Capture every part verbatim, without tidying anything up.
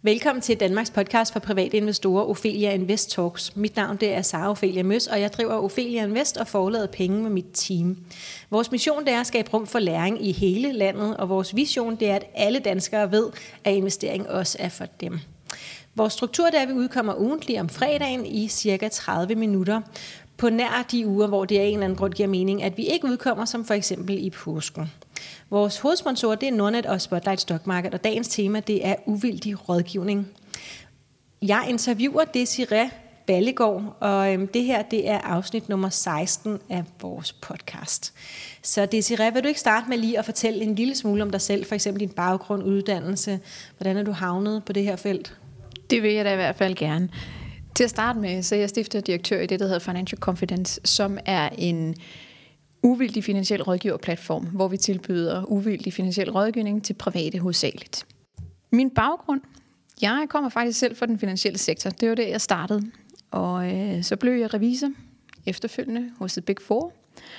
Velkommen til Danmarks podcast for private investorer, Ophelia Invest Talks. Mit navn det er Sara Ophelia Møs, og jeg driver Ophelia Invest og forlader penge med mit team. Vores mission det er at skabe rum for læring i hele landet, og vores vision det er, at alle danskere ved, at investering også er for dem. Vores struktur det er, at vi udkommer ugentligt om fredagen i cirka tredive minutter, på nær de uger, hvor det af en eller anden grund giver mening, at vi ikke udkommer, som for eksempel i påsken. Vores hovedsponsor det er Nordnet og Spotlight Stock Market, og dagens tema det er uvildig rådgivning. Jeg interviewer Desiree Ballegaard, og øhm, det her det er afsnit nummer seksten af vores podcast. Så Desiree, vil du ikke starte med lige at fortælle en lille smule om dig selv, for eksempel din baggrund, uddannelse, hvordan er du havnet på det her felt? Det vil jeg da i hvert fald gerne. Til at starte med, så er jeg stifter direktør i det, der hedder Financial Confidence, som er en uvildig finansiel rådgiverplatform, hvor vi tilbyder uvildig finansiel rådgivning til private hovedsageligt. Min baggrund, jeg kommer faktisk selv fra den finansielle sektor. Det var det, jeg startede. Og øh, så blev jeg revisor efterfølgende hos The Big Four.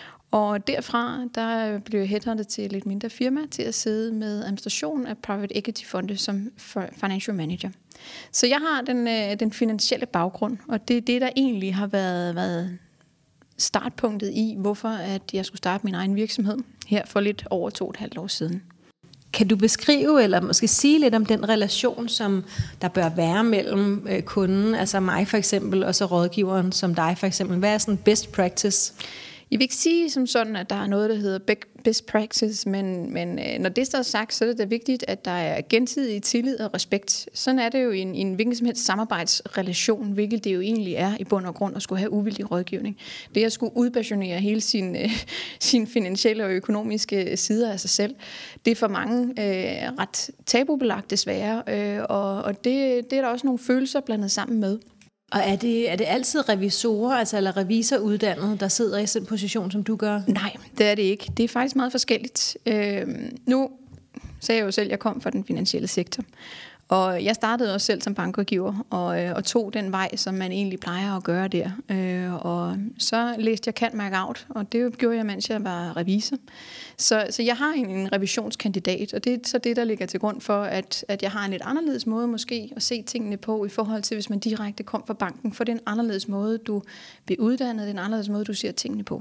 Og derfra, der blev jeg headhunted til et lidt mindre firma til at sidde med administration af private equity fonde som financial manager. Så jeg har den, øh, den finansielle baggrund, og det er det, der egentlig har været, været startpunktet i, hvorfor at jeg skulle starte min egen virksomhed her for lidt over to og et halvt år siden. Kan du beskrive, eller måske sige lidt om den relation, som der bør være mellem øh, kunden, altså mig for eksempel, og så rådgiveren som dig for eksempel? Hvad er sådan best practice? Jeg vil ikke sige som sådan, at der er noget, der hedder best practice, men, men når det så er sagt, så er det da vigtigt, at der er gensidig tillid og respekt. Sådan er det jo i en, i en hvilken som helst samarbejdsrelation, hvilket det jo egentlig er i bund og grund at skulle have uvildig rådgivning. Det at skulle udpassionere hele sin, øh, sin finansielle og økonomiske sider af sig selv, det er for mange øh, ret tabubelagt desværre, øh, og, og det, det er der også nogle følelser blandet sammen med. Og er det, er det altid revisorer, altså eller revisoruddannede, der sidder i sådan en position, som du gør? Nej, det er det ikke. Det er faktisk meget forskelligt. Øh, nu sagde jeg jo selv, at jeg kom fra den finansielle sektor. Og jeg startede også selv som bankrådgiver og, øh, og tog den vej, som man egentlig plejer at gøre der. Øh, og så læste jeg Cand Mac Out, og det gjorde jeg, mens jeg var revisor. Så, så jeg har en, en revisionskandidat, og det er så det, der ligger til grund for, at, at jeg har en lidt anderledes måde måske at se tingene på, i forhold til, hvis man direkte kom fra banken. For det er en anderledes måde, du bliver uddannet, det er en anderledes måde, du ser tingene på.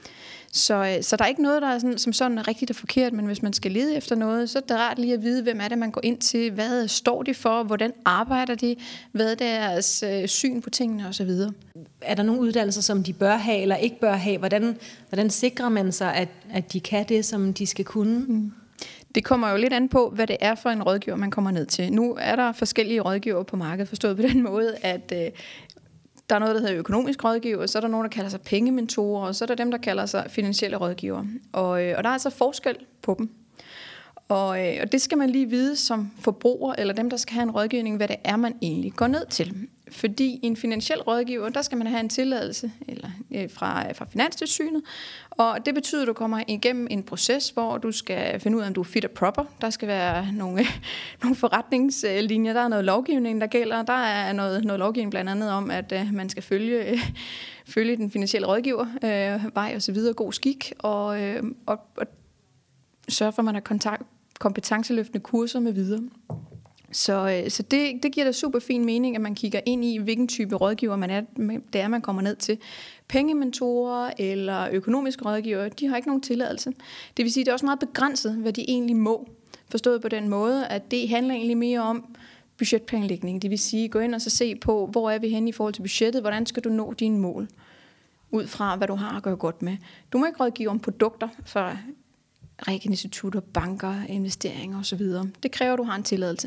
Så, så der er ikke noget, der er sådan, som sådan er rigtigt og forkert, men hvis man skal lede efter noget, så er det rart lige at vide, hvem er det, man går ind til, hvad står de for, hvordan arbejder de, hvad er deres øh, syn på tingene osv. Er der nogle uddannelser, som de bør have eller ikke bør have? Hvordan, hvordan sikrer man sig, at, at de kan det, som de skal kunne? Mm. Det kommer jo lidt an på, hvad det er for en rådgiver, man kommer ned til. Nu er der forskellige rådgiver på markedet, forstået på den måde, at øh, der er noget, der hedder økonomisk rådgiver, så er der nogen, der kalder sig pengementorer, og så er der dem, der kalder sig finansielle rådgiver. Og, og der er altså forskel på dem. Og, og det skal man lige vide som forbruger, eller dem, der skal have en rådgivning, hvad det er, man egentlig går ned til. Fordi en finansiel rådgiver, der skal man have en tilladelse eller, øh, fra, fra Finanstilsynet, og det betyder, at du kommer igennem en proces, hvor du skal finde ud af, om du er fit og proper. Der skal være nogle, nogle forretningslinjer, der er noget lovgivning, der gælder. Der er noget, noget lovgivning blandt andet om, at øh, man skal følge, øh, følge den finansielle rådgiver, øh, vej og så videre, god skik, og, øh, og, og sørge for, at man har kontakt, kompetenceløftende kurser med videre. Så, så det, det giver da super fin mening, at man kigger ind i, hvilken type rådgiver man er, det er, man kommer ned til. Pengementorer eller økonomiske rådgiver, de har ikke nogen tilladelse. Det vil sige, at det er også meget begrænset, hvad de egentlig må. Forstået på den måde, at det handler egentlig mere om budgetplanlægning. Det vil sige, gå ind og så se på, hvor er vi henne i forhold til budgettet, hvordan skal du nå dine mål, ud fra hvad du har at gøre godt med. Du må ikke rådgive om produkter for realkreditinstitutter, banker, investeringer osv. Det kræver, at du har en tilladelse.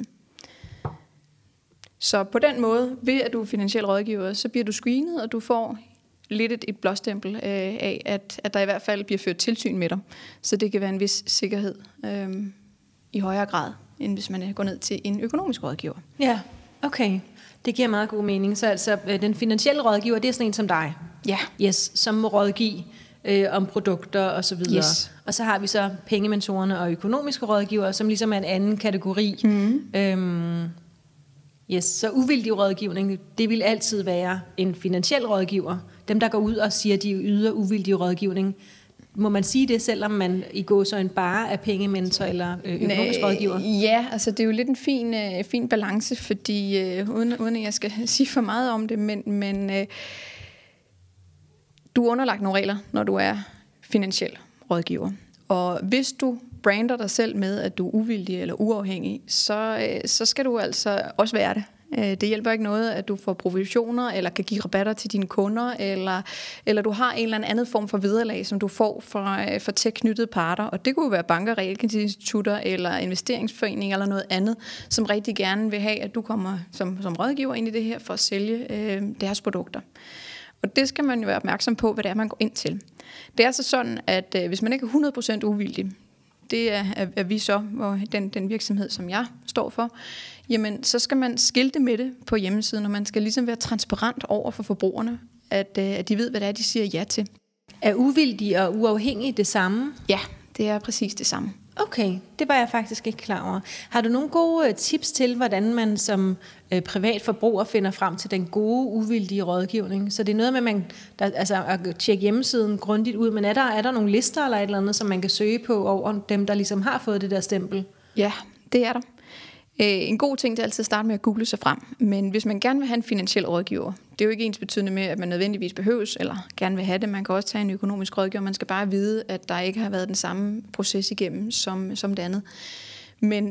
Så på den måde, ved at du er finansiel rådgiver, så bliver du screenet, og du får lidt et, et blåstempel øh, af, at, at der i hvert fald bliver ført tilsyn med dig. Så det kan være en vis sikkerhed øh, i højere grad, end hvis man går ned til en økonomisk rådgiver. Ja, okay. Det giver meget god mening. Så altså, den finansielle rådgiver, det er sådan en som dig? Ja. Yes, som må rådgive øh, om produkter og så videre. Yes. Og så har vi så pengementorerne og økonomiske rådgivere, som ligesom er en anden kategori. Mm. Øhm, yes, så uvildig rådgivning, det vil altid være en finansiel rådgiver. Dem, der går ud og siger, at de yder uvildig rådgivning, Må man sige det, selvom man i gåseøjne bare er pengementor eller øh, økonomisk rådgiver? Ja, altså det er jo lidt en fin, øh, fin balance, fordi øh, uden, uden at jeg skal sige for meget om det, men, men øh, du er underlagt nogle regler, når du er finansiel rådgiver. Og hvis du brander dig selv med, at du er uvildig eller uafhængig, så, øh, så skal du altså også være det. Det hjælper ikke noget, at du får provisioner, eller kan give rabatter til dine kunder, eller, eller du har en eller anden form for vederlag, som du får fra, fra tæt-knyttede parter. Og det kunne være banker, realkreditinstitutter, eller investeringsforeninger, eller noget andet, som rigtig gerne vil have, at du kommer som, som rådgiver ind i det her, for at sælge øh, deres produkter. Og det skal man jo være opmærksom på, hvad det er, man går ind til. Det er så sådan, at øh, hvis man ikke er hundrede procent uvildig, det er, er vi så, og den, den virksomhed, som jeg står for, jamen så skal man skilte med det på hjemmesiden, og man skal ligesom være transparent over for forbrugerne, at, at de ved, hvad det er, de siger ja til. Er uvildig og uafhængig det samme? Ja, det er præcis det samme. Okay, det var jeg faktisk ikke klar over. Har du nogle gode tips til, hvordan man som øh, privat forbruger finder frem til den gode, uvildige rådgivning? Så det er noget med, man, der, altså, at tjekke hjemmesiden grundigt ud, men er der, er der nogle lister eller et eller andet, som man kan søge på over dem, der ligesom har fået det der stempel? Ja, det er der. En god ting, det er altid at starte med at google sig frem, men hvis man gerne vil have en finansiel rådgiver, det er jo ikke ens betydende med, at man nødvendigvis behøves, eller gerne vil have det. Man kan også tage en økonomisk rådgiver, man skal bare vide, at der ikke har været den samme proces igennem som, som det andet. Men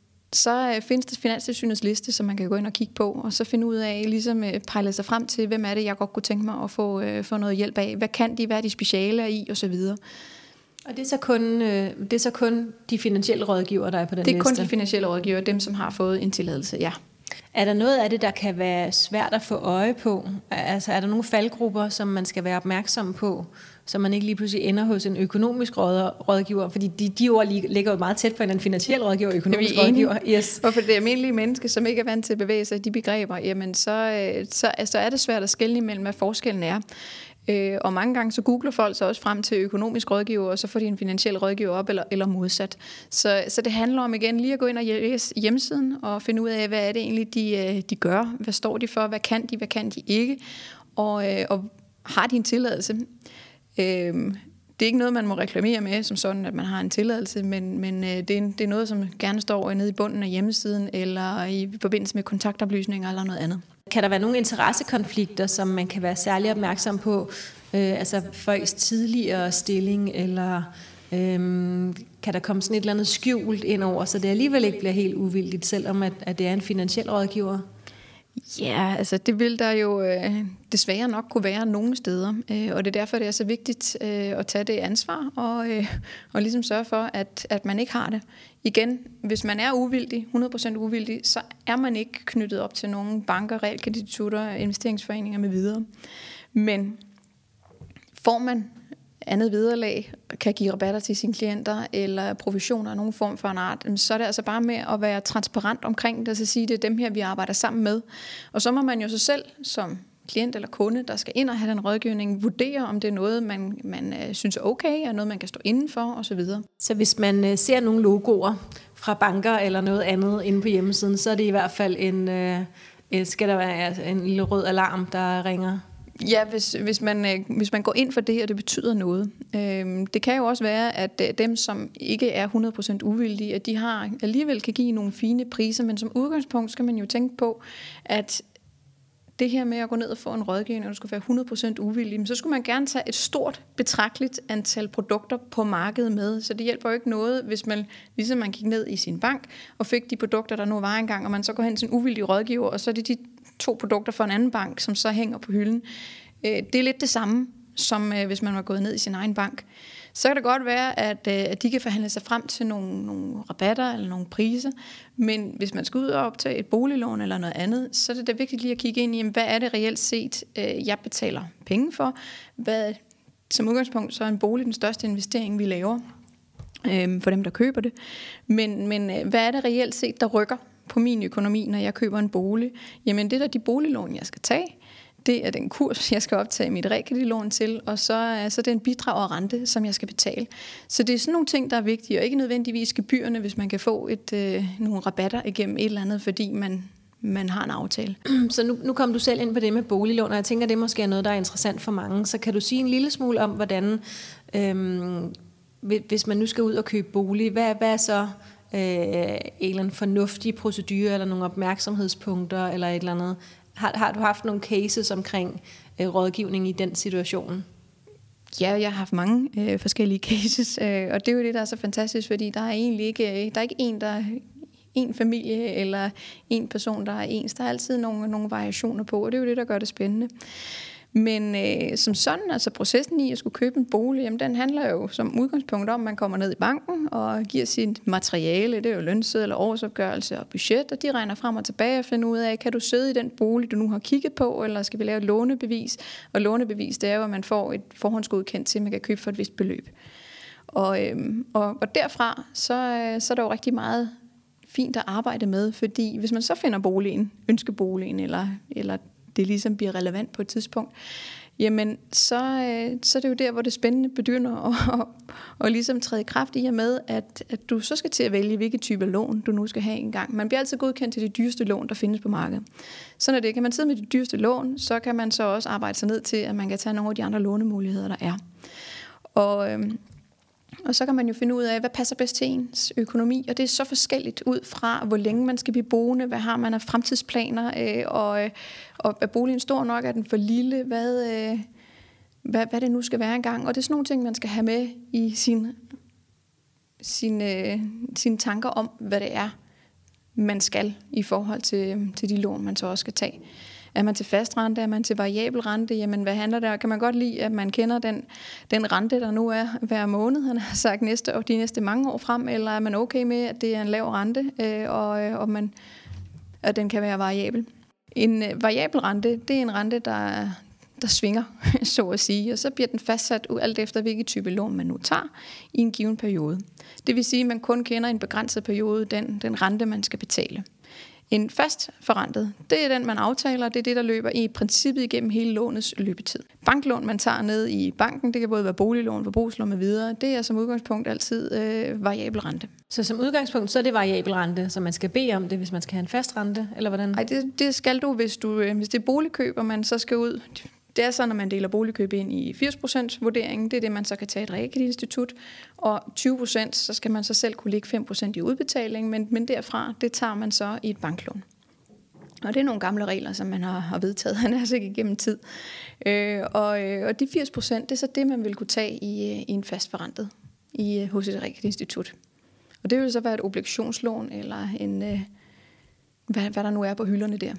så findes der Finanstilsynets liste, som man kan gå ind og kigge på, og så finde ud af, ligesom pejle sig frem til, hvem er det, jeg godt kunne tænke mig at få, få noget hjælp af. Hvad kan de, hvad er de speciale i, og så videre. Og det er så kun, øh, det er så kun de finansielle rådgivere, der er på den liste? Det er liste. Kun de finansielle rådgivere, dem som har fået en tilladelse, ja. Er der noget af det, der kan være svært at få øje på? Altså er der nogle faldgrupper, som man skal være opmærksom på, så man ikke lige pludselig ender hos en økonomisk rådgiver? Fordi de, de ord ligger jo meget tæt på en finansiel rådgiver og økonomisk rådgiver. Yes. Og for det almindelige menneske, som ikke er vant til at bevæge sig i de begreber, jamen så, så, så er det svært at skelne imellem, hvad forskellen er. Øh, og mange gange så googler folk så også frem til økonomisk rådgiver, og så får de en finansiel rådgiver op, eller, eller modsat. Så, så det handler om igen lige at gå ind og læse hjemmesiden, og finde ud af, hvad er det egentlig, de, de gør, hvad står de for, hvad kan de, hvad kan de ikke, og, og har de en tilladelse. Øh, det er ikke noget, man må reklamere med, som sådan, at man har en tilladelse, men, men det, er, det er noget, som gerne står nede i bunden af hjemmesiden, eller i forbindelse med kontaktoplysninger, eller noget andet. Kan der være nogle interessekonflikter, som man kan være særlig opmærksom på? Øh, altså folks tidligere stilling, eller øh, kan der komme sådan et eller andet skjult ind over, så det alligevel ikke bliver helt uvildigt, selvom at, at det er en finansiel rådgiver? Ja, altså det vil der jo øh, desværre nok kunne være nogle steder, øh, og det er derfor, det er så vigtigt øh, at tage det ansvar, og, øh, og ligesom sørge for, at, at man ikke har det. Igen, hvis man er uvildig, hundrede procent uvildig, så er man ikke knyttet op til nogle banker, realkreditinstitutter, investeringsforeninger med videre. Men får man andet vederlag, kan give rabatter til sine klienter, eller provisioner af nogen form for en art, så er det altså bare med at være transparent omkring det, altså sige, det er dem her, vi arbejder sammen med. Og så må man jo så selv, som klient eller kunde, der skal ind og have den rådgivning, vurdere, om det er noget, man, man øh, synes er okay, og noget, man kan stå indenfor, osv. Så, så hvis man øh, ser nogle logoer fra banker eller noget andet inde på hjemmesiden, så er det i hvert fald en, øh, skal der være altså, en lille rød alarm, der ringer? Ja, hvis, hvis, man, øh, hvis man går ind for det, og det betyder noget. Øh, det kan jo også være, at øh, dem, som ikke er hundrede procent uvildige, at de har alligevel kan give nogle fine priser, men som udgangspunkt skal man jo tænke på, at det her med at gå ned og få en rådgivning, og du skal være hundrede procent uvildig, men så skulle man gerne tage et stort, betragteligt antal produkter på markedet med. Så det hjælper jo ikke noget, hvis man, ligesom man gik ned i sin bank, og fik de produkter, der nu var engang, og man så går hen til en uvildig rådgiver, og så er det de to produkter fra en anden bank, som så hænger på hylden. Det er lidt det samme, som hvis man var gået ned i sin egen bank. Så kan det godt være, at, at de kan forhandle sig frem til nogle, nogle rabatter eller nogle priser, men hvis man skal ud og optage et boliglån eller noget andet, så er det da vigtigt lige at kigge ind i, hvad er det reelt set, jeg betaler penge for. Hvad, som udgangspunkt så er en bolig den største investering, vi laver øh, for dem, der køber det. Men, men hvad er det reelt set, der rykker på min økonomi, når jeg køber en bolig? Jamen det er da de boliglån, jeg skal tage. Det er den kurs, jeg skal optage mit realkreditlån til, og så er så den bidrag og rente, som jeg skal betale. Så det er sådan nogle ting, der er vigtige, og ikke nødvendigvis gebyrerne, hvis man kan få et, øh, nogle rabatter igennem et eller andet, fordi man, man har en aftale. Så nu, nu kom du selv ind på det med boliglån, og jeg tænker, det måske er noget, der er interessant for mange. Så kan du sige en lille smule om, hvordan, øhm, hvis man nu skal ud og købe bolig, hvad, hvad er så øh, en eller anden fornuftig procedure, eller nogle opmærksomhedspunkter, eller et eller andet? Har, har du haft nogle cases omkring øh, rådgivning i den situation? Ja, jeg har haft mange øh, forskellige cases, øh, og det er jo det, der er så fantastisk, fordi der er egentlig ikke, der er ikke en, der en familie eller en person, der er ens. Der er altid nogle, nogle variationer på, og det er jo det, der gør det spændende. Men øh, som sådan, altså processen i at skulle købe en bolig, jamen, den handler jo som udgangspunkt om, at man kommer ned i banken og giver sit materiale, det er jo lønseddel eller årsopgørelse og budget, og de regner frem og tilbage og finder ud af, kan du sidde i den bolig, du nu har kigget på, eller skal vi lave et lånebevis? Og lånebevis, det er jo, at man får et forhåndsgodkendt til, at man kan købe for et vist beløb. Og, øhm, og, og derfra, så, så er der jo rigtig meget fint at arbejde med, fordi hvis man så finder boligen, ønskeboligen, eller, eller det ligesom bliver relevant på et tidspunkt, jamen så, så er det jo der, hvor det spændende begynder at, at, at ligesom træde i kraft i og med, at, at du så skal til at vælge, hvilke type lån du nu skal have engang. Man bliver altid godkendt til de dyreste lån, der findes på markedet. Sådan er det. Kan man sidde med de dyreste lån, så kan man så også arbejde sig ned til, at man kan tage nogle af de andre lånemuligheder, der er. Og øhm, Og så kan man jo finde ud af, hvad passer bedst til ens økonomi, og det er så forskelligt ud fra, hvor længe man skal blive boende, hvad har man af fremtidsplaner, øh, og, og er boligen stor nok, er den for lille, hvad, øh, hvad, hvad det nu skal være engang. Og det er sådan nogle ting, man skal have med i sin, sin, øh, sine tanker om, hvad det er, man skal i forhold til, til de lån, man så også skal tage. Er man til fast rente, er man til variabel rente, jamen hvad handler der? Kan man godt lide, at man kender den, den rente, der nu er hver måned, han har sagt næste år, de næste mange år frem, eller er man okay med, at det er en lav rente, øh, og, og man, at den kan være variabel? En øh, variabel rente, det er en rente, der, der svinger, så at sige, og så bliver den fastsat alt efter, hvilken type lån man nu tager i en given periode. Det vil sige, at man kun kender en begrænset periode, den, den rente, man skal betale. En fast forrentet, det er den, man aftaler, det er det, der løber i princippet igennem hele lånets løbetid. Banklån, man tager ned i banken, det kan både være boliglån, forbrugslån med videre, det er som udgangspunkt altid øh, variabel rente. Så som udgangspunkt, så er det variabel rente, så man skal bede om det, hvis man skal have en fast rente, eller hvordan? Nej, det, det skal du, hvis, du, øh, hvis det er boligkøb, og man så skal ud. Det er så, når man deler boligkøb ind i firs procent vurderingen, det er det, man så kan tage et realkreditinstitut, og tyve procent, så skal man så selv kunne lægge fem procent i udbetaling, men, men derfra, det tager man så i et banklån. Og det er nogle gamle regler, som man har, har vedtaget, han er sikkert igennem tid. Øh, og, øh, og de firs procent, det er så det, man vil kunne tage i, i en fast forrentet i, hos et realkreditinstitut. Og det vil så være et obligationslån, eller en, øh, hvad, hvad der nu er på hylderne der.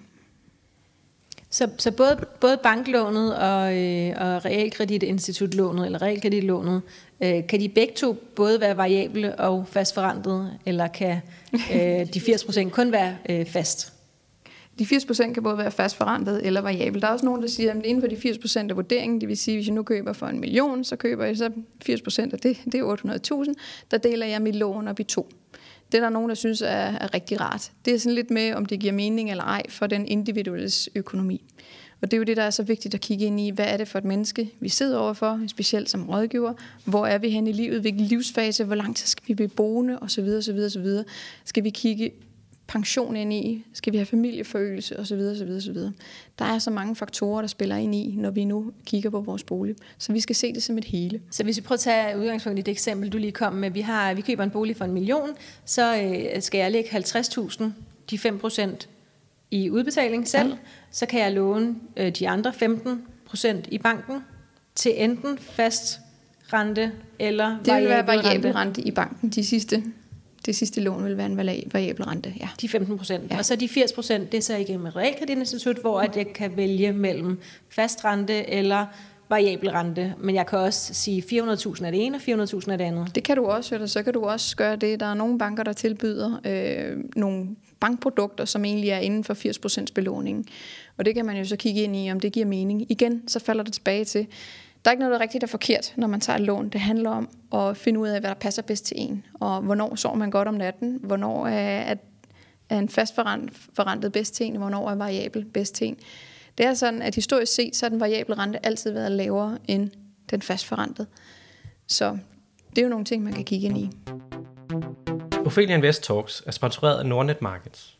Så, så både, både banklånet og, øh, og realkreditinstitutlånet eller realkreditlånet, øh, kan de begge to både være variable og fastforrentede, eller kan øh, de firs procent kun være øh, fast? De firs procent kan både være fastforrentet eller variabel. Der er også nogen, der siger, at inden for de firs procent af vurderingen, det vil sige, at hvis jeg nu køber for en million, så køber jeg så firs procent af det, det er otte hundrede tusind, der deler jeg mit lån op i to. Det er der nogen, der synes er, er rigtig rart. Det er sådan lidt med, om det giver mening eller ej for den individuelles økonomi. Og det er jo det, der er så vigtigt at kigge ind i. Hvad er det for et menneske, vi sidder overfor, specielt som rådgiver? Hvor er vi hen i livet? Hvilken livsfase? Hvor lang tid skal vi blive boende? Og så videre, så videre, så videre. Skal vi kigge pension ind i? Skal vi have familieforøgelse? Og så videre, så videre, så videre. Der er så mange faktorer, der spiller ind i, når vi nu kigger på vores bolig. Så vi skal se det som et hele. Så hvis vi prøver at tage udgangspunkt i det eksempel, du lige kom med. Vi, har, vi køber en bolig for en million, så øh, skal jeg lægge halvtreds tusind, de fem procent i udbetaling selv. Ja. Så kan jeg låne øh, de andre femten procent i banken til enten fast rente eller variabel rente. Det vil være variabel rente i banken. De sidste, det sidste lån vil være en variabel rente, ja. De femten procent. Ja. Og så de firs procent, det er så igennem et realkreditinstitut, hvor at jeg kan vælge mellem fast rente eller variabel rente. Men jeg kan også sige fire hundrede tusind af det ene og fire hundrede tusind af det andet. Det kan du også, eller så kan du også gøre det. Der er nogle banker, der tilbyder øh, nogle bankprodukter, som egentlig er inden for firs procent belåning. Og det kan man jo så kigge ind i, om det giver mening. Igen, så falder det tilbage til, der er ikke noget, der er rigtigt og forkert, når man tager et lån. Det handler om at finde ud af, hvad der passer bedst til en. Og hvornår sover man godt om natten, hvornår er, er en fast forrentet bedst til en, hvornår er variabel bedst til en. Det er sådan, at historisk set, så har den variable rente altid været lavere end den fastforrentede. Så det er jo nogle ting, man kan kigge ind i. Ophelia Invest Talks er sponsoreret af Nordnet Markets.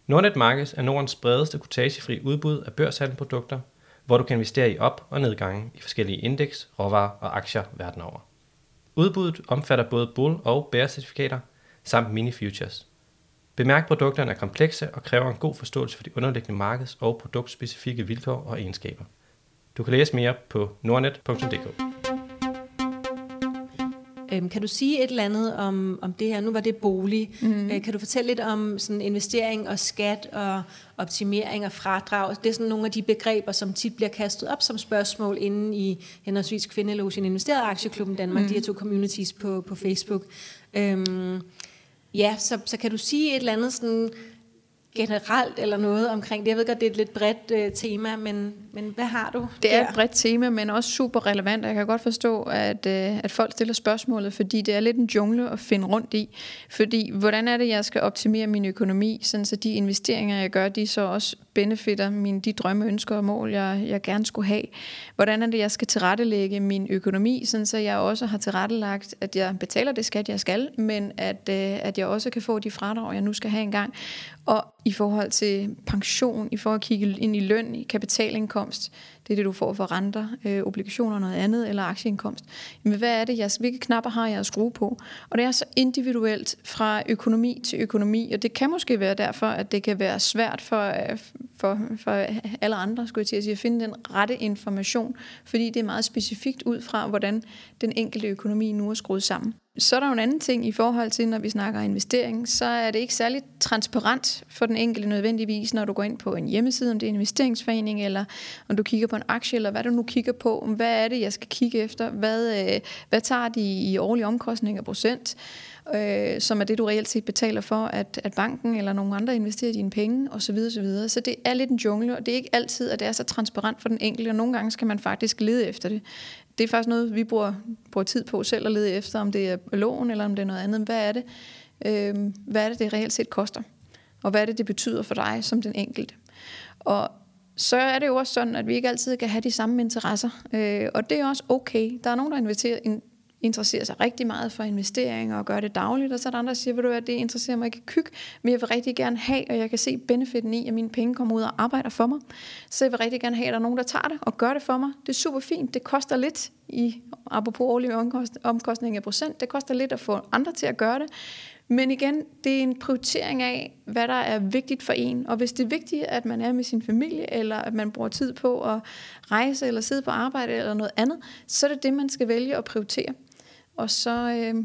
Nordnet Markets er Nordens bredeste kortagefri udbud af børshandelsprodukter, hvor du kan investere i op- og nedgange i forskellige indeks, råvarer og aktier verden over. Udbuddet omfatter både bull- og bear-certifikater samt mini-futures. Bemærk, at produkterne er komplekse og kræver en god forståelse for de underliggende markeds- og produktspecifikke vilkår og egenskaber. Du kan læse mere på nordnet punktum d k. Øhm, kan du sige et eller andet om, om det her? Nu var det bolig. Mm. Øh, kan du fortælle lidt om sådan investering og skat og optimering og fradrag? Det er sådan nogle af de begreber, som tit bliver kastet op som spørgsmål inde i henholdsvis Kvindelogen Investeret Aktieklubben Danmark, mm. de her to communities på, på Facebook. Øhm, ja, så, så kan du sige et eller andet sådan generelt eller noget omkring det? Jeg ved godt, det er et lidt bredt øh, tema, men, men hvad har du Det er der? et bredt tema, men også super relevant. Jeg kan godt forstå, at, øh, at folk stiller spørgsmålet, fordi det er lidt en jungle at finde rundt i. Fordi, hvordan er det, jeg skal optimere min økonomi, sådan så de investeringer, jeg gør, de så også benefitter mine, de drømme, ønsker og mål, jeg, jeg gerne skulle have. Hvordan er det, jeg skal tilrettelægge min økonomi, sådan så jeg også har tilrettelagt, at jeg betaler det skat, jeg skal, men at, øh, at jeg også kan få de fradrag, jeg nu skal have engang. Og i forhold til pension, i forhold til at kigge ind i løn, i kapitalindkomst, det er det, du får for renter, øh, obligationer og noget andet, eller aktieindkomst. Jamen, hvad er det, jeg, hvilke knapper har jeg at skrue på? Og det er så individuelt fra økonomi til økonomi, og det kan måske være derfor, at det kan være svært for, for, for alle andre, skulle jeg til at sige, at finde den rette information, fordi det er meget specifikt ud fra, hvordan den enkelte økonomi nu er skruet sammen. Så er der jo en anden ting i forhold til, når vi snakker investering, så er det ikke særlig transparent for den enkelte nødvendigvis, når du går ind på en hjemmeside, om det er en investeringsforening, eller om du kigger på en aktie, eller hvad du nu kigger på. Hvad er det, jeg skal kigge efter? Hvad, øh, hvad tager de i årlige omkostninger procent, øh, som er det, du reelt set betaler for, at, at banken eller nogen andre investerer dine penge, osv. osv. Så det er lidt en jungle, og det er ikke altid, at det er så transparent for den enkelte, og nogle gange skal man faktisk lede efter det. Det er faktisk noget, vi bruger, bruger tid på selv at lede efter, om det er lån eller om det er noget andet. Hvad er det, øh, hvad er det, det reelt set koster? Og hvad er det, det betyder for dig som den enkelte? Og så er det jo også sådan, at vi ikke altid kan have de samme interesser. Øh, og det er også okay. Der er nogen, der investerer, interesserer sig rigtig meget for investeringer og gør det dagligt, og så er der andre, der siger, ved du hvad, det interesserer mig ikke kyk, men jeg vil rigtig gerne have, og jeg kan se benefitten i, at mine penge kommer ud og arbejder for mig. Så jeg vil rigtig gerne have, at der er nogen, der tager det og gør det for mig. Det er super fint. Det koster lidt, i apropos årlige omkostninger af procent, det koster lidt at få andre til at gøre det. Men igen, det er en prioritering af, hvad der er vigtigt for en. Og hvis det er vigtigt, at man er med sin familie, eller at man bruger tid på at rejse, eller sidde på arbejde, eller noget andet, så er det det, man skal vælge at prioritere. Og så, øh,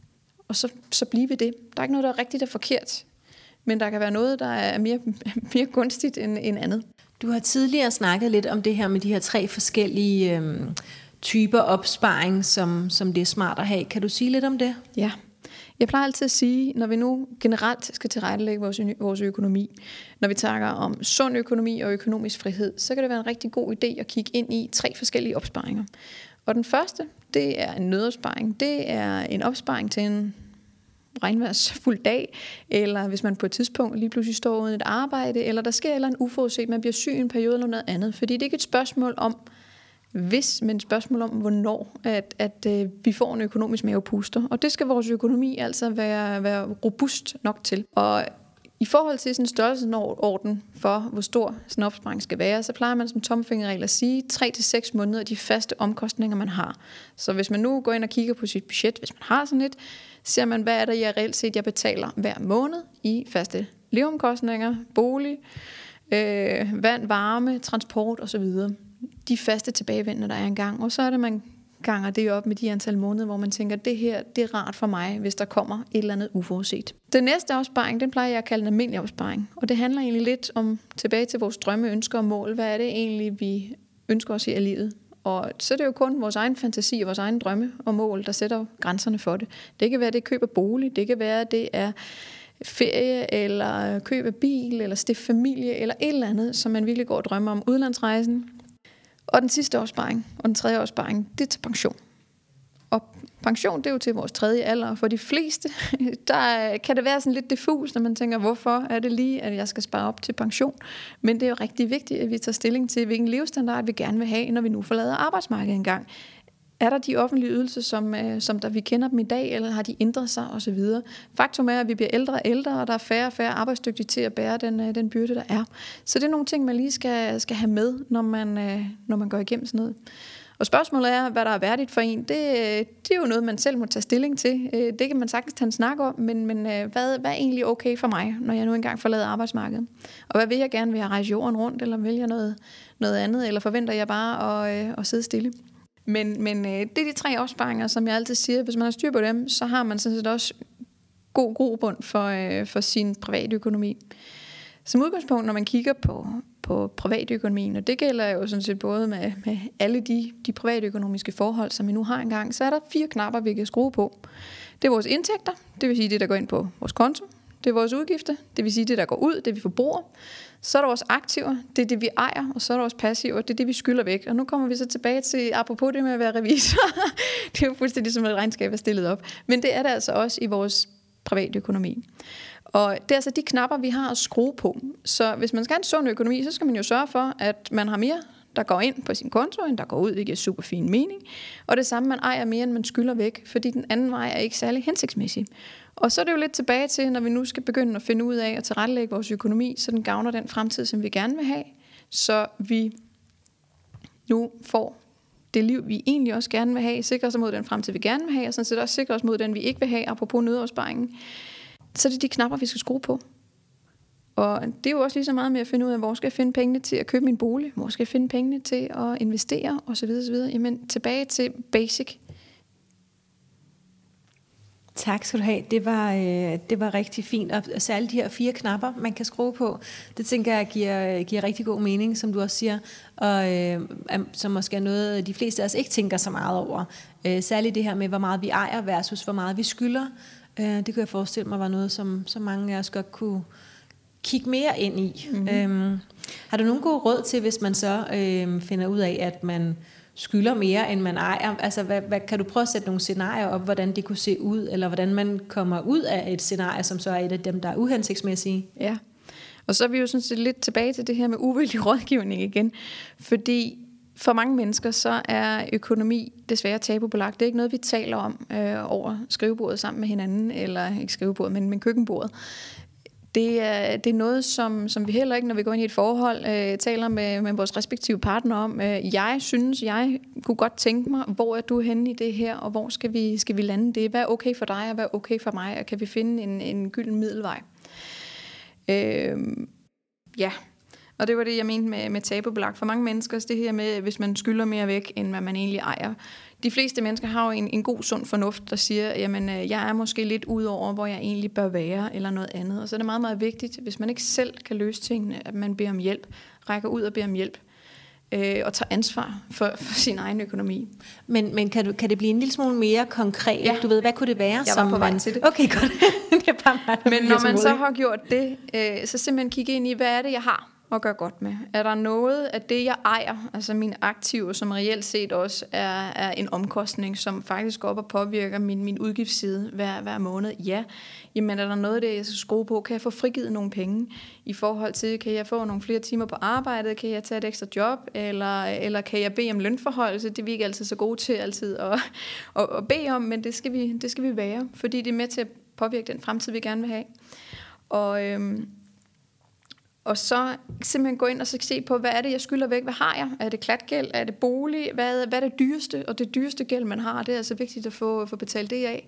og så, så blive ved det. Der er ikke noget, der er rigtigt og forkert. Men der kan være noget, der er mere, mere gunstigt end, end andet. Du har tidligere snakket lidt om det her med de her tre forskellige øh, typer opsparing, som, som det er smart at have. Kan du sige lidt om det? Ja. Jeg plejer altid at sige, når vi nu generelt skal tilrettelægge vores, vores økonomi, når vi taler om sund økonomi og økonomisk frihed, så kan det være en rigtig god idé at kigge ind i tre forskellige opsparinger. Og den første, det er en nødopsparing. Det er en opsparing til en regnværsfuld dag, eller hvis man på et tidspunkt lige pludselig står uden et arbejde, eller der sker eller en uforudset, man bliver syg i en periode eller noget andet. Fordi det er ikke et spørgsmål om hvis, men et spørgsmål om, hvornår at, at, at vi får en økonomisk mavepuster. Og det skal vores økonomi altså være, være robust nok til. Og i forhold til sådan en størrelsesorden for, hvor stor sådan en opsparing skal være, så plejer man som tommelfingerregel at sige tre til seks måneder af de faste omkostninger, man har. Så hvis man nu går ind og kigger på sit budget, hvis man har sådan et, ser man, hvad er det, jeg reelt set jeg betaler hver måned i faste leveomkostninger, bolig, øh, vand, varme, transport osv. De faste tilbagevendende, der er engang. Og så er det, man ganger det op med de antal måneder, hvor man tænker, det her, det er rart for mig, hvis der kommer et eller andet uforudset. Den næste opsparing, den plejer jeg at kalde en almindelig opsparing. Og det handler egentlig lidt om, tilbage til vores drømme, ønsker og mål. Hvad er det egentlig, vi ønsker os i livet? Og så er det jo kun vores egen fantasi og vores egen drømme og mål, der sætter grænserne for det. Det kan være, det køb af bolig, det kan være, det er ferie, eller køb af bil, eller stifte familie, eller et eller andet, som man virkelig går og drømmer om. Udlandsrejsen. Og den sidste opsparing, og den tredje opsparing, det er til pension. Og pension, det er jo til vores tredje alder, og for de fleste, der kan det være sådan lidt diffus, når man tænker, hvorfor er det lige, at jeg skal spare op til pension? Men det er jo rigtig vigtigt, at vi tager stilling til, hvilken levestandard vi gerne vil have, når vi nu forlader arbejdsmarkedet engang. Er der de offentlige ydelser, som, øh, som der vi kender dem i dag, eller har de ændret sig osv.? Faktum er, at vi bliver ældre og ældre, og der er færre og færre arbejdsdygtige til at bære den, øh, den byrde, der er. Så det er nogle ting, man lige skal, skal have med, når man, øh, når man går igennem sådan noget. Og spørgsmålet er, hvad der er værdigt for en, det, det er jo noget, man selv må tage stilling til. Det kan man sagtens tage en snak om, men, men hvad, hvad er egentlig okay for mig, når jeg nu engang forlader arbejdsmarkedet? Og hvad vil jeg gerne? Vil jeg rejse jorden rundt, eller vil jeg noget, noget andet, eller forventer jeg bare at, at sidde stille? Men, men det er de tre opsparinger, som jeg altid siger, hvis man har styr på dem, så har man sådan set også god grobund for, for sin private økonomi. Som udgangspunkt, når man kigger på, på privatøkonomien, og det gælder jo sådan set både med, med alle de, de privatøkonomiske forhold, som vi nu har engang, så er der fire knapper, vi kan skrue på. Det er vores indtægter, det vil sige det, der går ind på vores konto. Det er vores udgifter, det vil sige det, der går ud, det vi forbruger. Så er der vores aktiver, det er det, vi ejer, og så er der vores passiver, det er det, vi skylder væk. Og nu kommer vi så tilbage til, apropos det med at være revisor, det er jo fuldstændig som et regnskab er stillet op. Men det er det altså også i vores privatøkonomi. Og det er altså de knapper, vi har at skrue på. Så hvis man skal have en sund økonomi, så skal man jo sørge for, at man har mere, der går ind på sin konto, end der går ud. Det giver super fin mening. Og det samme, man ejer mere, end man skylder væk, fordi den anden vej er ikke særlig hensigtsmæssig. Og så er det jo lidt tilbage til, når vi nu skal begynde at finde ud af at tilrettelægge vores økonomi, så den gavner den fremtid, som vi gerne vil have. Så vi nu får det liv, vi egentlig også gerne vil have, sikrer os mod den fremtid, vi gerne vil have, og sådan set også sikrer os mod den, vi ikke vil have, apropos nødopsparingen. Så er det de knapper, vi skal skrue på. Og det er jo også lige så meget med at finde ud af, hvor skal jeg finde pengene til at købe min bolig, hvor skal jeg finde pengene til at investere, osv. osv. Jamen tilbage til basic. Tak skal du have. Det var, øh, det var rigtig fint. Og særligt de her fire knapper, man kan skrue på, det tænker jeg giver, giver rigtig god mening, som du også siger, og øh, som måske er noget, de fleste af os ikke tænker så meget over. Øh, særligt det her med, hvor meget vi ejer versus hvor meget vi skylder. Øh, det kunne jeg forestille mig var noget, som, som mange af os godt kunne kigge mere ind i. Mm-hmm. Øh, har du nogen gode råd til, hvis man så øh, finder ud af, at man skylder mere, end man ejer? Altså, hvad, hvad, kan du prøve at sætte nogle scenarier op, hvordan det kunne se ud, eller hvordan man kommer ud af et scenarie, som så er et af dem, der er uhensigtsmæssige? Ja, og så er vi jo sådan set lidt tilbage til det her med uvildig rådgivning igen, fordi for mange mennesker, så er økonomi desværre tabubelagt. Det er ikke noget, vi taler om øh, over skrivebordet sammen med hinanden, eller ikke skrivebordet, men, men køkkenbordet. Det er, det er noget, som, som vi heller ikke, når vi går ind i et forhold, øh, taler med, med vores respektive partner om. Øh, jeg synes, jeg kunne godt tænke mig, hvor er du henne i det her, og hvor skal vi, skal vi lande det? Hvad er okay for dig, og hvad er okay for mig? Og kan vi finde en, en gylden middelvej? Øh, ja, og det var det, jeg mente med, med tabubelagt. For mange mennesker, det her med, hvis man skylder mere væk, end hvad man egentlig ejer. De fleste mennesker har jo en, en god, sund fornuft, der siger, jamen, jeg er måske lidt ud over, hvor jeg egentlig bør være, eller noget andet. Og så er det meget, meget vigtigt, hvis man ikke selv kan løse tingene, at man beder om hjælp, rækker ud og beder om hjælp, øh, og tager ansvar for, for sin egen økonomi. Men, men kan, du, kan det blive en lille smule mere konkret? Ja. Du ved, hvad kunne det være? Jeg som var på vej man... til det. Okay, godt. Det er bare mig, men når man så har gjort det, øh, så simpelthen kigge ind i, hvad er det, jeg har at gøre godt med? Er der noget af det, jeg ejer, altså mine aktiver, som reelt set også er, er en omkostning, som faktisk går op og påvirker min, min udgiftsside hver, hver måned? Ja. Jamen er der noget af det, jeg skal skrue på? Kan jeg få frigivet nogle penge i forhold til, kan jeg få nogle flere timer på arbejdet? Kan jeg tage et ekstra job? Eller, eller kan jeg bede om lønforhøjelse? Det er vi ikke altid så gode til altid at, at, at bede om, men det skal, vi, det skal vi være, fordi det er med til at påvirke den fremtid, vi gerne vil have. Og øhm, Og så simpelthen gå ind og så se på, hvad er det, jeg skylder væk? Hvad har jeg? Er det klatgæld? Er det bolig? Hvad, hvad er det dyreste? Og det dyreste gæld, man har, det er altså vigtigt at få, få betalt det af.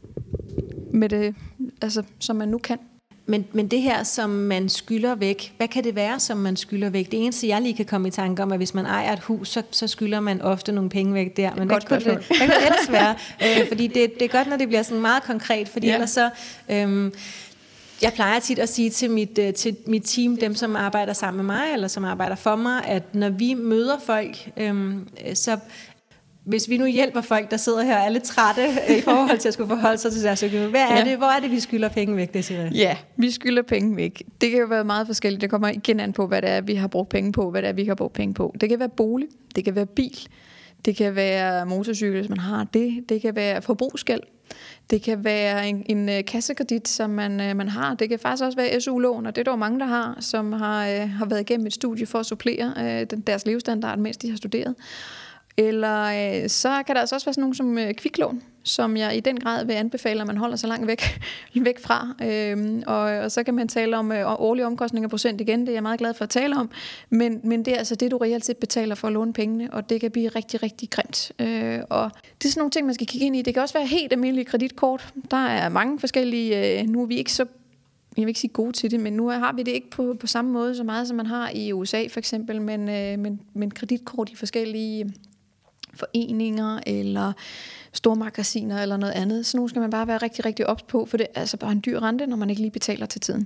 Med det, altså, som man nu kan. Men, men det her, som man skylder væk, hvad kan det være, som man skylder væk? Det eneste, jeg lige kan komme i tanke om, at hvis man ejer et hus, så, så skylder man ofte nogle penge væk der. Men hvad kunne, det, hvad kunne det ellers være? øh, fordi det, det er godt, når det bliver sådan meget konkret, fordi ja. ellers så... Øhm, Jeg plejer tit at sige til mit, til mit team, dem som arbejder sammen med mig, eller som arbejder for mig, at når vi møder folk, øhm, så hvis vi nu hjælper folk, der sidder her og er lidt trætte i forhold til at skulle forholde sig til deres økonomi, hvad er ja. det, hvor er det, vi skylder penge væk, det siger jeg? Ja, vi skylder penge væk. Det kan jo være meget forskelligt. Det kommer igen an på, hvad det er, vi har brugt penge på, hvad det er, vi har brugt penge på. Det kan være bolig, det kan være bil, det kan være motorcykel, hvis man har det, det kan være forbrugsgæld. Det kan være en, en kassekredit, som man, man har. Det kan faktisk også være S U-lån, og det er der mange, der har, som har, har været igennem et studie for at supplere øh, deres levestandard, mens de har studeret. Eller øh, så kan der altså også være sådan nogle som øh, kviklån, som jeg i den grad vil anbefale, at man holder så langt væk, væk fra. Øhm, og, og så kan man tale om øh, årlige omkostninger procent igen, det er jeg meget glad for at tale om. Men, men det er altså det, du reelt set betaler for at låne pengene, og det kan blive rigtig, rigtig grimt. Øh, og det er sådan nogle ting, man skal kigge ind i. Det kan også være helt almindelige kreditkort. Der er mange forskellige, øh, nu er vi ikke så jeg vil ikke sige gode til det, men nu har vi det ikke på, på samme måde så meget, som man har i U S A for eksempel, men, øh, men, men kreditkort i forskellige foreninger eller store magasiner eller noget andet. Så nu skal man bare være rigtig, rigtig ops på, for det er altså bare en dyr rente, når man ikke lige betaler til tiden.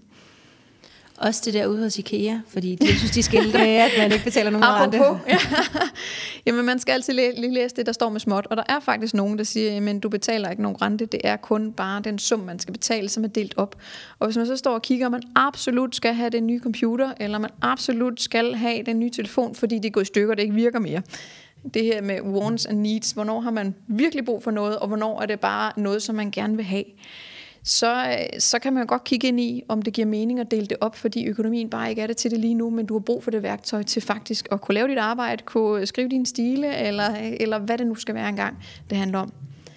Også det der ude hos IKEA, fordi de synes, de skilter med, at man ikke betaler nogen rente. Ja. Jamen, man skal altid læ- lige læse det, der står med småt. Og der er faktisk nogen, der siger, men du betaler ikke nogen rente. Det er kun bare den sum, man skal betale, som er delt op. Og hvis man så står og kigger, om man absolut skal have den nye computer, eller man absolut skal have den nye telefon, fordi det går i stykker, det ikke virker mere. Det her med wants and needs. Hvornår har man virkelig brug for noget, og hvornår er det bare noget, som man gerne vil have. Så, så kan man godt kigge ind i, om det giver mening at dele det op, fordi økonomien bare ikke er det til det lige nu, men du har brug for det værktøj til faktisk at kunne lave dit arbejde, kunne skrive din stile, eller, eller hvad det nu skal være engang, det handler om.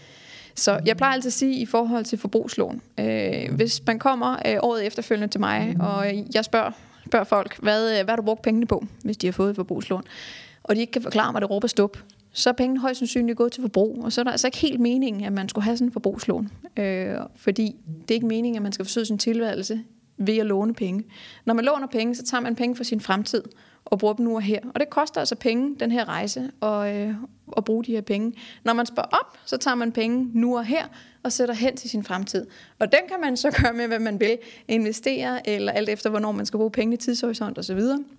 Så jeg plejer altid at sige i forhold til forbrugslån, øh, hvis man kommer øh, året efterfølgende til mig, og jeg spørger, spørger folk, hvad, hvad har du brugt pengene på, hvis de har fået et forbrugslån, og de ikke kan forklare mig det råber stop, så er pengene højst sandsynligt gået til forbrug, og så er der altså ikke helt meningen, at man skulle have sådan en forbrugslån. Øh, fordi det er ikke meningen, at man skal forsøge sin tilværelse ved at låne penge. Når man låner penge, så tager man penge for sin fremtid og bruger dem nu og her. Og det koster altså penge, den her rejse, og, øh, at bruge de her penge. Når man sparer op, så tager man penge nu og her og sætter hen til sin fremtid. Og den kan man så gøre med, hvad man vil. Investere, eller alt efter, hvornår man skal bruge penge i tidshorisont osv.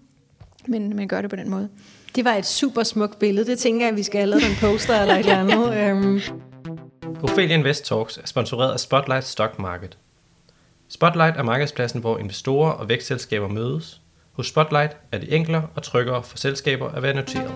Men man gør det på den måde. Det var et super smukt billede. Det tænker jeg, at vi skal have lavet en poster eller et eller andet. Um. Ophelia Invest Talks er sponsoreret af Spotlight Stock Market. Spotlight er markedspladsen, hvor investorer og vækstselskaber mødes. Hos Spotlight er det enklere og tryggere for selskaber at være noteret.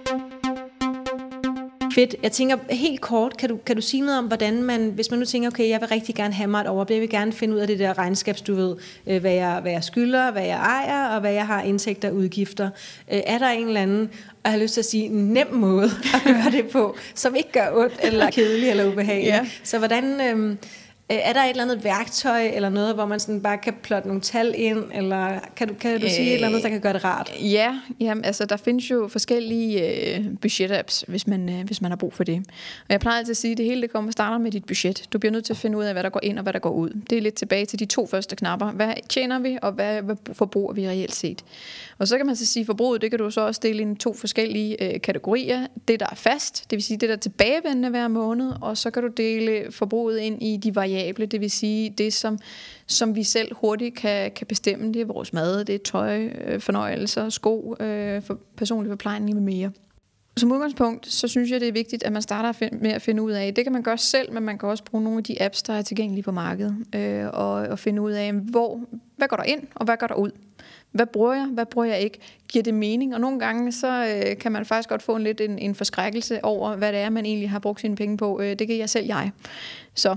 Fedt. Jeg tænker helt kort, kan du, kan du sige noget om, hvordan man, hvis man nu tænker, okay, jeg vil rigtig gerne have mig et overblik, jeg vil gerne finde ud af det der regnskabs, du ved, hvad jeg, hvad jeg skylder, hvad jeg ejer, og hvad jeg har indtægter og udgifter. Er der en eller anden, og jeg har lyst til at sige, nem måde at gøre det på, som ikke gør ondt, eller kedeligt, eller ubehageligt. Ja. Så hvordan... Øhm, er der et eller andet værktøj eller noget, hvor man sådan bare kan plotte nogle tal ind, eller kan du, kan du sige et eller andet, der kan gøre det rart? Ja, jamen, altså der findes jo forskellige øh, budget-apps, hvis man, øh, hvis man har brug for det. Og jeg plejer altid at sige, at det hele det kommer starter med dit budget. Du bliver nødt til at finde ud af, hvad der går ind og hvad der går ud. Det er lidt tilbage til de to første knapper. Hvad tjener vi, og hvad, hvad forbruger vi reelt set? Og så kan man så sige, at forbruget, det kan du så også dele ind i to forskellige øh, kategorier. Det, der er fast, det vil sige det, der er tilbagevendende hver måned, og så kan du dele forbruget ind i de variable, det vil sige det, som, som vi selv hurtigt kan, kan bestemme. Det er vores mad, det er tøj, øh, fornøjelser, sko, øh, for personlig forplejning med mere. Som udgangspunkt, så synes jeg, det er vigtigt, at man starter med at finde ud af, det kan man gøre selv, men man kan også bruge nogle af de apps, der er tilgængelige på markedet, øh, og, og finde ud af, hvor, hvad går der ind, og hvad går der ud. Hvad bruger jeg, hvad bruger jeg ikke? Giver det mening? Og nogle gange, så øh, kan man faktisk godt få en lidt en, en forskrækkelse over, hvad det er, man egentlig har brugt sine penge på. Øh, det kan jeg selv jeg. Så...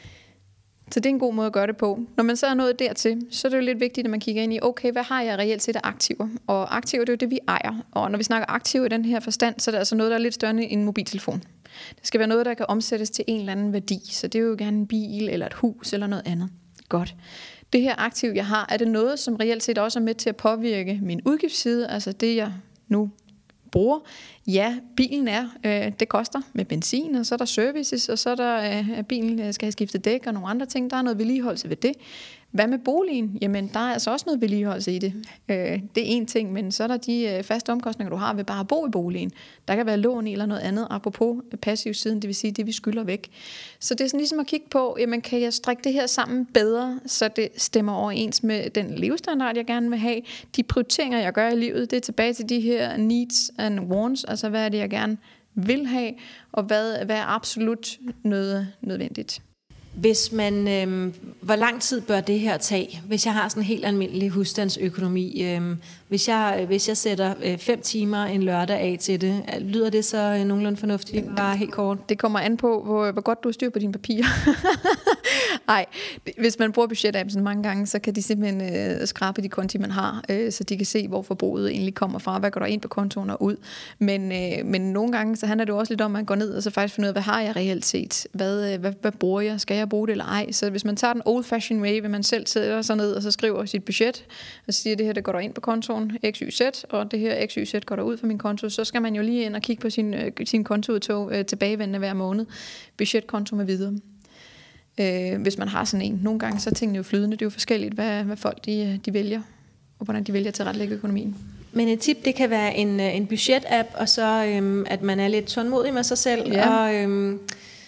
Så det er en god måde at gøre det på. Når man så er nået dertil, så er det jo lidt vigtigt, at man kigger ind i, okay, hvad har jeg reelt set af aktiver? Og aktiver, det er jo det, vi ejer. Og når vi snakker aktiver i den her forstand, så er det altså noget, der er lidt større end en mobiltelefon. Det skal være noget, der kan omsættes til en eller anden værdi. Så det er jo gerne en bil, eller et hus, eller noget andet. Godt. Det her aktiv, jeg har, er det noget, som reelt set også er med til at påvirke min udgiftsside, altså det, jeg nu bruger. Ja, bilen er, øh, det koster med benzin, og så er der services, og så er der, øh, bilen skal have skiftet dæk og nogle andre ting. Der er noget vedligeholdelse ved det. Hvad med boligen? Jamen, der er altså også noget vedligeholdelse i det. Øh, det er en ting, men så er der de øh, faste omkostninger, du har ved bare at bo i boligen. Der kan være lån i eller noget andet, apropos passiv siden, det vil sige det, vi skylder væk. Så det er sådan ligesom at kigge på, jamen, kan jeg strikke det her sammen bedre, så det stemmer overens med den levestandard, jeg gerne vil have. De prioriteringer, jeg gør i livet, det er tilbage til de her needs and wants, altså hvad er det, jeg gerne vil have, og hvad, hvad er absolut nød, nødvendigt. Hvis man, øh, hvor lang tid bør det her tage? Hvis jeg har sådan en helt almindelig husstandsøkonomi, øh, hvis, jeg, hvis jeg sætter øh, fem timer en lørdag af til det, lyder det så øh, nogenlunde fornuftigt? Bare helt kort. Det kommer an på, hvor, hvor godt du har styr på dine papirer. Nej, hvis man bruger budget-appsen mange gange, så kan de simpelthen øh, skrabe de konti, man har, øh, så de kan se, hvor forbruget egentlig kommer fra, hvad går der ind på kontoen og ud. Men, øh, men nogle gange, så handler det også lidt om, at man går ned og så faktisk finder ud af, hvad har jeg reelt set? Hvad, øh, hvad, hvad bruger jeg? Skal jeg bruge det eller ej? Så hvis man tager den old-fashioned way, vil man selv sætter sig ned og så skriver sit budget, og siger, det her det går der ind på kontoen, X Y Z, og det her X Y Z går der ud fra min konto, så skal man jo lige ind og kigge på sin, øh, sin kontoudtog øh, tilbagevendende hver måned. Budgetkonto med videre. Øh, hvis man har sådan en. Nogle gange så er tingene jo flydende. Det er jo forskelligt, hvad, hvad folk de, de vælger, og hvordan de vælger til at retlægge økonomien. Men et tip, det kan være en, en budget-app, og så øhm, at man er lidt tålmodig med sig selv, ja. og øhm,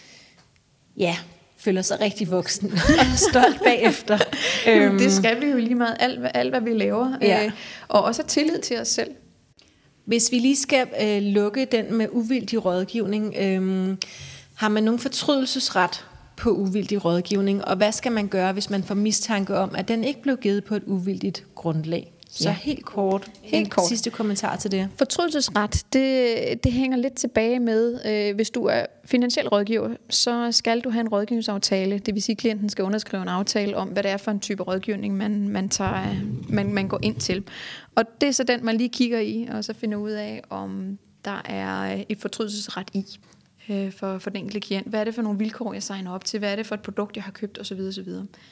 ja, føler sig rigtig voksen og stolt bagefter. øhm. Det skal vi jo lige meget, alt, alt hvad vi laver. Ja. Øh, og også have tillid til os selv. Hvis vi lige skal øh, lukke den med uvildig rådgivning, øh, har man nogen fortrydelsesret på uvildig rådgivning, og hvad skal man gøre, hvis man får mistanke om, at den ikke blev givet på et uvildigt grundlag? Så ja. helt kort, helt kort. Sidste kommentar til det. Fortrydelsesret, det, det hænger lidt tilbage med, øh, hvis du er finansiel rådgiver, så skal du have en rådgivningsaftale. Det vil sige, at klienten skal underskrive en aftale om, hvad det er for en type rådgivning, man, man, tager, man, man går ind til. Og det er så den, man lige kigger i, og så finder ud af, om der er et fortrydelsesret i øh, for, for den enkelte klient. Hvad er det for nogle vilkår, jeg signer op til? Hvad er det for et produkt, jeg har købt osv. osv.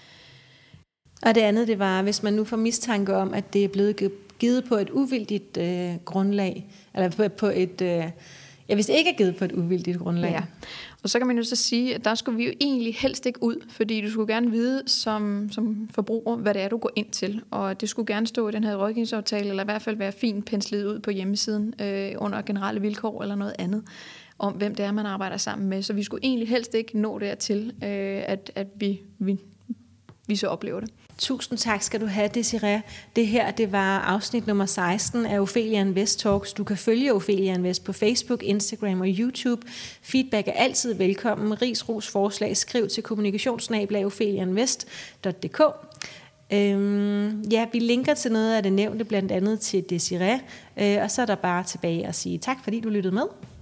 Og det andet, det var, hvis man nu får mistanke om, at det er blevet givet på et uvildigt øh, grundlag, eller på, på et, øh, ja, hvis det ikke er givet på et uvildigt grundlag. Ja. Og så kan man jo så sige, at der skulle vi jo egentlig helst ikke ud, fordi du skulle gerne vide som, som forbruger, hvad det er, du går ind til. Og det skulle gerne stå i den her rådgivningsaftale, eller i hvert fald være fint penslet ud på hjemmesiden, øh, under generelle vilkår eller noget andet, om hvem det er, man arbejder sammen med. Så vi skulle egentlig helst ikke nå dertil, øh, at, at vi... vi vi så oplever det. Tusind tak skal du have, Desiree. Det her, det var afsnit nummer seksten af Ophelia Invest Talks. Du kan følge Ophelia Invest på Facebook, Instagram og YouTube. Feedback er altid velkommen. Ris, ros, forslag, skriv til kommunikationsnabel-a ophelia invest punktum d k. Øhm, ja, vi linker til noget af det nævnte, blandt andet til Desiree. Øh, og så er der bare tilbage at sige tak, fordi du lyttede med.